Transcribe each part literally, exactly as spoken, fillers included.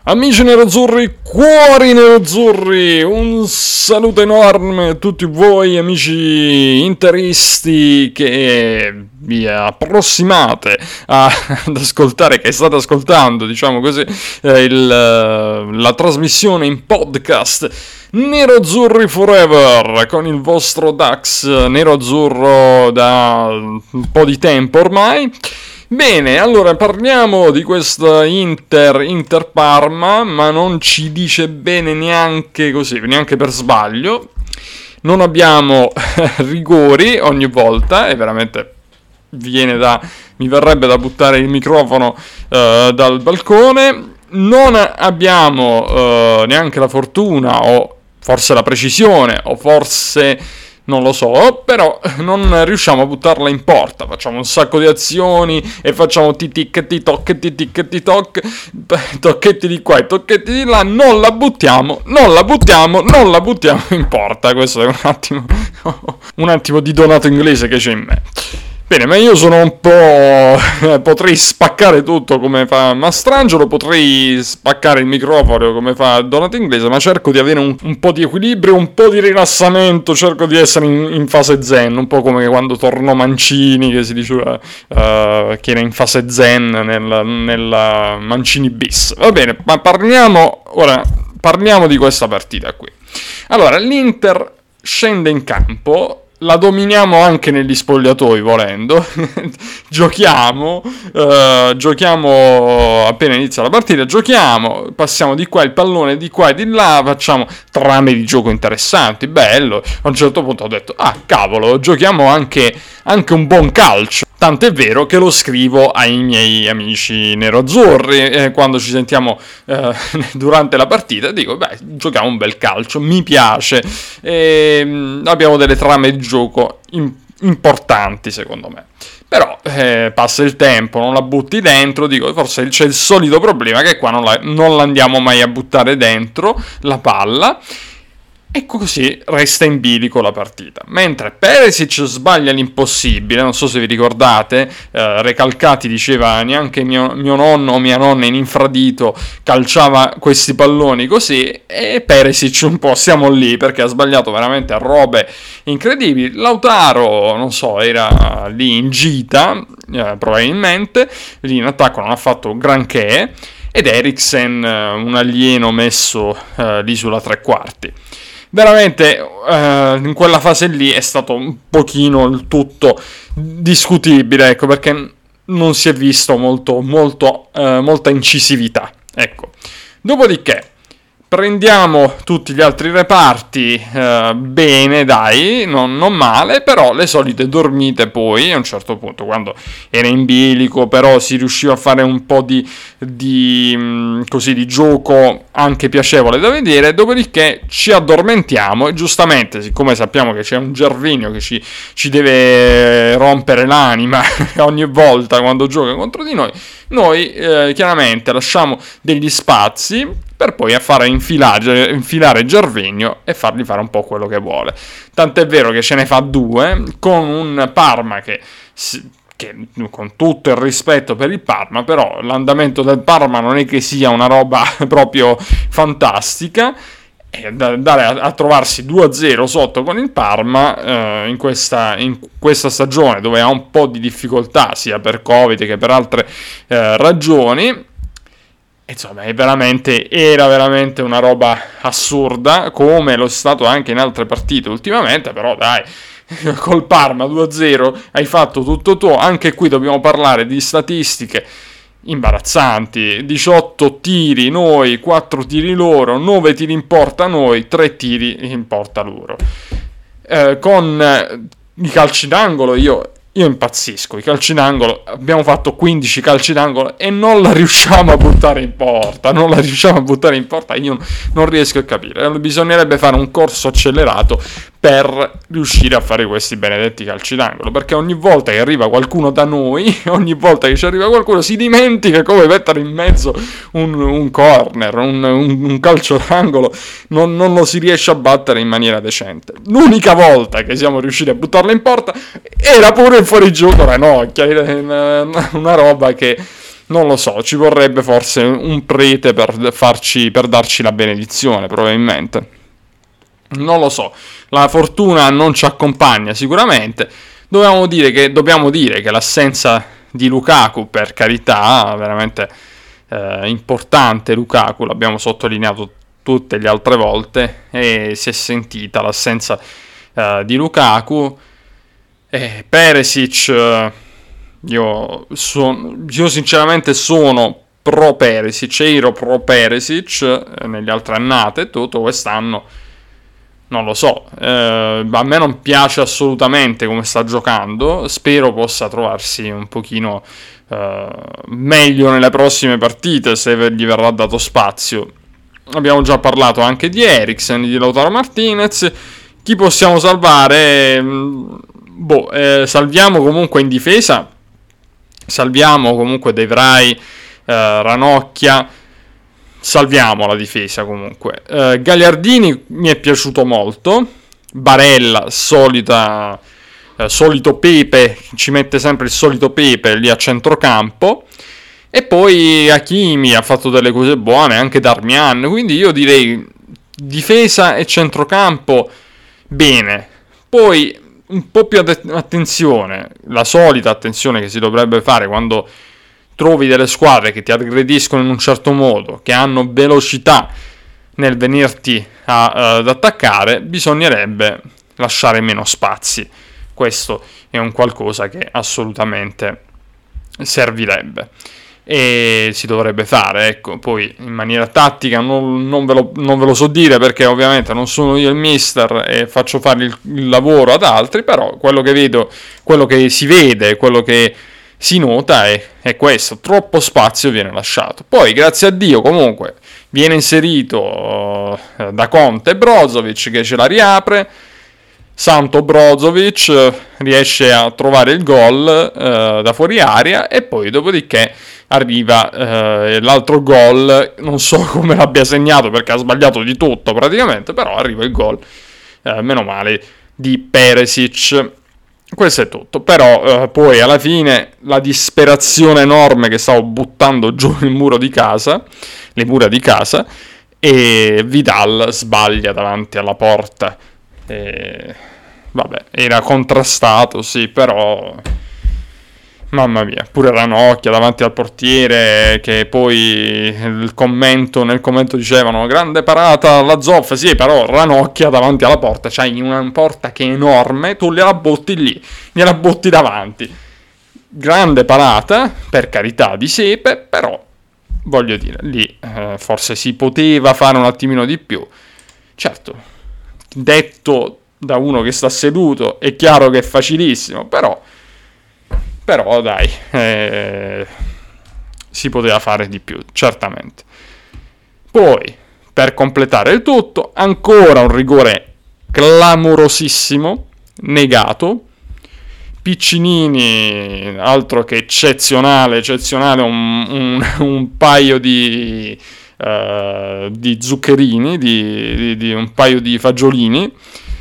Amici nerazzurri, cuori nerazzurri, un saluto enorme a tutti voi amici interisti che vi approssimate a, ad ascoltare, che state ascoltando, diciamo così, eh, il, la trasmissione in podcast Nerazzurri Forever con il vostro Dax nero-azzurro da un po' di tempo ormai. Bene, allora parliamo di questa Inter, Inter Parma, ma non ci dice bene neanche così, neanche per sbaglio. Non abbiamo rigori ogni volta, e veramente viene da, mi verrebbe da buttare il microfono uh, dal balcone. Non abbiamo uh, neanche la fortuna, o forse la precisione, o forse... non lo so, però non riusciamo a buttarla in porta. Facciamo un sacco di azioni e facciamo ti-tic, ti-toc, ti-tic, ti-toc, tocchetti di qua e tocchetti di là. Non la buttiamo, non la buttiamo, non la buttiamo in porta. Questo è un attimo, un attimo di donato inglese che c'è in me. Bene, ma io sono un po'... potrei spaccare tutto come fa Mastrangelo, potrei spaccare il microfono come fa Donato Inglese, ma cerco di avere un, un po' di equilibrio, un po' di rilassamento, cerco di essere in, in fase zen, un po' come quando tornò Mancini, che si diceva uh, che era in fase zen nella, nella Mancini bis. Va bene, ma parliamo, ora, parliamo di questa partita qui. Allora, l'Inter scende in campo, la dominiamo anche negli spogliatoi volendo, giochiamo, uh, giochiamo appena inizia la partita, giochiamo, passiamo di qua il pallone di qua e di là, facciamo trame di gioco interessanti, bello. A un certo punto ho detto, ah cavolo, giochiamo anche, anche un buon calcio. Tant'è vero che lo scrivo ai miei amici nero-azzurri eh, quando ci sentiamo eh, durante la partita. Dico, beh, giochiamo un bel calcio, mi piace, e abbiamo delle trame di gioco in- importanti secondo me. Però eh, passa il tempo, non la butti dentro, dico, forse c'è il solito problema che qua non la, non la andiamo mai a buttare dentro la palla. E così resta in bilico la partita. Mentre Perisic sbaglia l'impossibile, non so se vi ricordate, eh, Recalcati diceva neanche mio, mio nonno o mia nonna in infradito calciava questi palloni così, e Perisic un po' siamo lì perché ha sbagliato veramente robe incredibili. Lautaro, non so, era lì in gita, eh, probabilmente, lì in attacco non ha fatto granché, ed Eriksen, un alieno messo eh, lì sulla tre quarti. Veramente eh, in quella fase lì è stato un pochino il tutto discutibile, ecco, perché non si è visto molto, molto, eh, molta incisività, ecco. Dopodiché prendiamo tutti gli altri reparti, eh, bene dai, non, non male, però le solite dormite poi, a un certo punto, quando era in bilico, però si riusciva a fare un po' di, di, mh, così, di gioco anche piacevole da vedere, dopodiché ci addormentiamo e giustamente, siccome sappiamo che c'è un Gervinho che ci, ci deve rompere l'anima ogni volta quando gioca contro di noi, noi eh, chiaramente lasciamo degli spazi per poi a fare infilare, infilare Gervinho e fargli fare un po' quello che vuole. Tant'è vero che ce ne fa due, con un Parma che, che, con tutto il rispetto per il Parma, però l'andamento del Parma non è che sia una roba proprio fantastica, e andare a, a trovarsi due a zero sotto con il Parma eh, in, questa, in questa stagione, dove ha un po' di difficoltà sia per Covid che per altre eh, ragioni. Insomma, è veramente, era veramente una roba assurda, come lo è stato anche in altre partite ultimamente, però dai, col Parma due a zero hai fatto tutto tu. Anche qui dobbiamo parlare di statistiche imbarazzanti: diciotto tiri noi, quattro tiri loro, nove tiri in porta noi, tre tiri in porta loro. Eh, con eh, i calci d'angolo io... Io impazzisco, i calci d'angolo, abbiamo fatto quindici calci d'angolo e non la riusciamo a buttare in porta, non la riusciamo a buttare in porta, io non riesco a capire. Bisognerebbe fare un corso accelerato per riuscire a fare questi benedetti calci d'angolo, perché ogni volta che arriva qualcuno da noi, ogni volta che ci arriva qualcuno si dimentica come mettere in mezzo un, un corner, un, un, un calcio d'angolo, non, non lo si riesce a battere in maniera decente. L'unica volta che siamo riusciti a buttarla in porta era pure il fuorigioco Ranocchia, una, una roba che non lo so, ci vorrebbe forse un prete per farci, per darci la benedizione, probabilmente. Non lo so, la fortuna non ci accompagna sicuramente. Dobbiamo dire che, dobbiamo dire che l'assenza di Lukaku, per carità, veramente eh, importante Lukaku, l'abbiamo sottolineato tutte le altre volte, e si è sentita l'assenza eh, di Lukaku. E Perisic, io, son, io sinceramente sono pro Perisic, ero pro Perisic eh, negli altri annate, tutto quest'anno non lo so, eh, a me non piace assolutamente come sta giocando, spero possa trovarsi un pochino eh, meglio nelle prossime partite se gli verrà dato spazio. Abbiamo già parlato anche di Eriksen, di Lautaro Martinez. Chi possiamo salvare? Boh, eh, salviamo comunque in difesa, salviamo comunque De Vrij, eh, Ranocchia. Salviamo la difesa comunque. Uh, Gagliardini mi è piaciuto molto. Barella, solita, uh, solito Pepe, ci mette sempre il solito Pepe lì a centrocampo. E poi Hakimi ha fatto delle cose buone, anche Darmian. Quindi io direi difesa e centrocampo bene. Poi un po' più att- attenzione, la solita attenzione che si dovrebbe fare quando trovi delle squadre che ti aggrediscono in un certo modo, che hanno velocità nel venirti a, uh, ad attaccare, bisognerebbe lasciare meno spazi. Questo è un qualcosa che assolutamente servirebbe e si dovrebbe fare. Ecco, poi in maniera tattica non, non, ve lo, non ve lo so dire, perché ovviamente non sono io il mister e faccio fare il, il lavoro ad altri, però quello che vedo, quello che si vede, quello che si nota è, è questo: troppo spazio viene lasciato. Poi grazie a Dio comunque viene inserito uh, da Conte Brozovic, che ce la riapre. Santo Brozovic uh, riesce a trovare il gol uh, da fuori area, e poi dopodiché arriva uh, l'altro gol. Non so come l'abbia segnato, perché ha sbagliato di tutto praticamente, però arriva il gol, uh, meno male, di Perisic. Questo è tutto, però eh, poi alla fine la disperazione enorme che stavo buttando giù il muro di casa, le mura di casa, e Vidal sbaglia davanti alla porta. E, vabbè, era contrastato, sì, però mamma mia, pure Ranocchia davanti al portiere, che poi il commento, nel commento dicevano grande parata alla zoffa. Sì, però Ranocchia davanti alla porta, c'hai cioè una porta che è enorme, tu gliela butti lì, gliela butti davanti. Grande parata, per carità, di Sepe, però voglio dire, lì eh, forse si poteva fare un attimino di più. Certo, detto da uno che sta seduto è chiaro che è facilissimo, però Però dai, eh, si poteva fare di più, certamente. Poi, per completare il tutto, ancora un rigore clamorosissimo, negato. Piccinini, altro che eccezionale, eccezionale, un, un, un paio di, uh, di zuccherini, di, di, di un paio di fagiolini,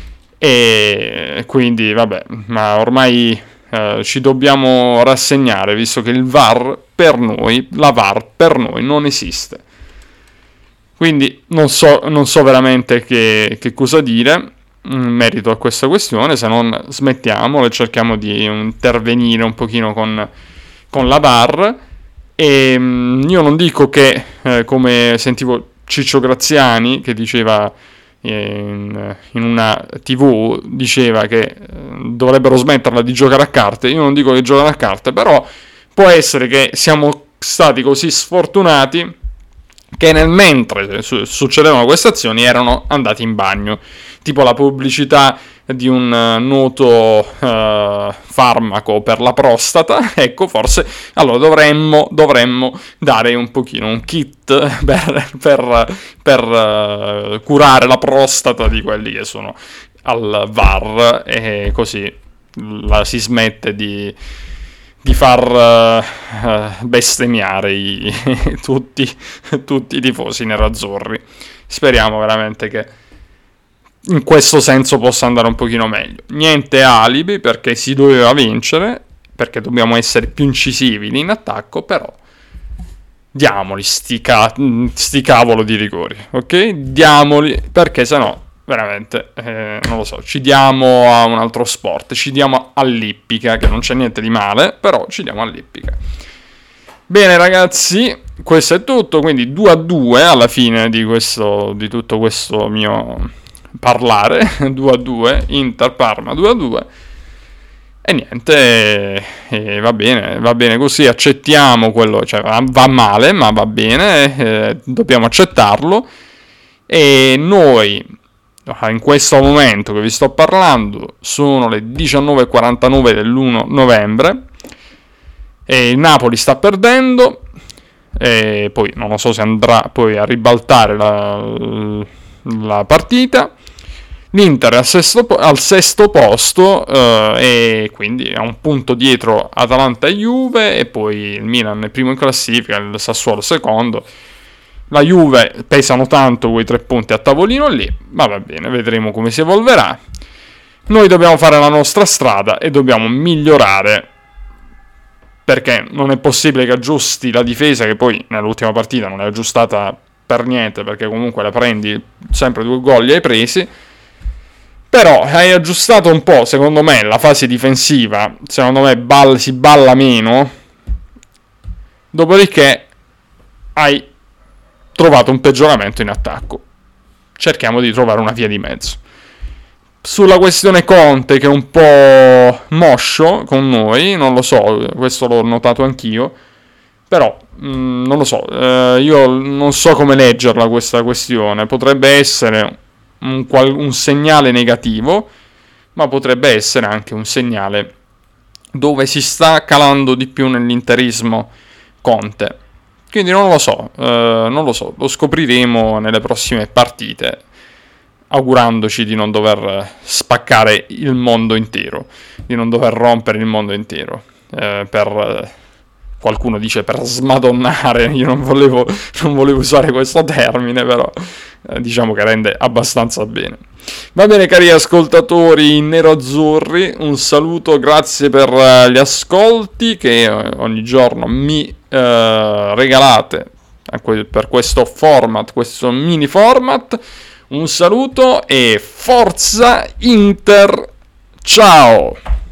e quindi vabbè, ma ormai Uh, ci dobbiamo rassegnare, visto che il V A R per noi, la V A R per noi non esiste. Quindi non so, non so veramente che, che cosa dire in merito a questa questione, se non smettiamo e cerchiamo di intervenire un pochino con, con la V A R. E um, io non dico che, eh, come sentivo Ciccio Graziani che diceva In, in una tivù, diceva che dovrebbero smetterla di giocare a carte. Io non dico che giocano a carte, però può essere che siamo stati così sfortunati che nel mentre succedevano queste azioni erano andati in bagno, tipo la pubblicità di un noto uh, farmaco per la prostata. Ecco, forse allora dovremmo, dovremmo dare un pochino un kit per, per, per uh, curare la prostata di quelli che sono al V A R, e così la si smette di di far uh, bestemmiare i, tutti, tutti i tifosi nerazzurri. Speriamo veramente che in questo senso possa andare un pochino meglio. Niente alibi, perché si doveva vincere, perché dobbiamo essere più incisivi in attacco, però diamoli sti, ca- sti cavolo di rigori, ok? Diamoli, perché sennò veramente, eh, non lo so, ci diamo a un altro sport, ci diamo all'ippica, che non c'è niente di male, però ci diamo all'ippica. Bene ragazzi, questo è tutto, quindi due a due alla fine di, questo, di tutto questo mio parlare, due a due, Inter-Parma due a due. E niente, eh, va bene, va bene così, accettiamo quello, cioè va male, ma va bene, eh, dobbiamo accettarlo. E noi, in questo momento che vi sto parlando, sono le diciannove e quarantanove dell'primo novembre, e il Napoli sta perdendo, e poi non lo so se andrà poi a ribaltare la, la partita. L'Inter è al sesto, al sesto posto, eh, e quindi a un punto dietro Atalanta e Juve, e poi il Milan è primo in classifica, il Sassuolo secondo. La Juve pesano tanto quei tre punti a tavolino lì, ma va bene, vedremo come si evolverà. Noi dobbiamo fare la nostra strada e dobbiamo migliorare, perché non è possibile che aggiusti la difesa, che poi nell'ultima partita non è aggiustata per niente, perché comunque la prendi, sempre due gol li hai presi. Però hai aggiustato un po', secondo me, la fase difensiva, secondo me ball- si balla meno, dopodiché hai trovato un peggioramento in attacco. Cerchiamo di trovare una via di mezzo. Sulla questione Conte, che è un po' moscio con noi, non lo so, questo l'ho notato anch'io, però mh, non lo so, eh, io non so come leggerla questa questione, potrebbe essere Un, qual- un segnale negativo, ma potrebbe essere anche un segnale dove si sta calando di più nell'interismo Conte. Quindi non lo so, eh, non lo so, lo scopriremo nelle prossime partite, augurandoci di non dover spaccare il mondo intero, di non dover rompere il mondo intero, eh, per... Qualcuno dice per smadonnare, io non volevo, non volevo usare questo termine, però eh, diciamo che rende abbastanza bene. Va bene cari ascoltatori nero-azzurri, un saluto, grazie per uh, gli ascolti che uh, ogni giorno mi uh, regalate que- per questo format, questo mini format. Un saluto e forza Inter, ciao!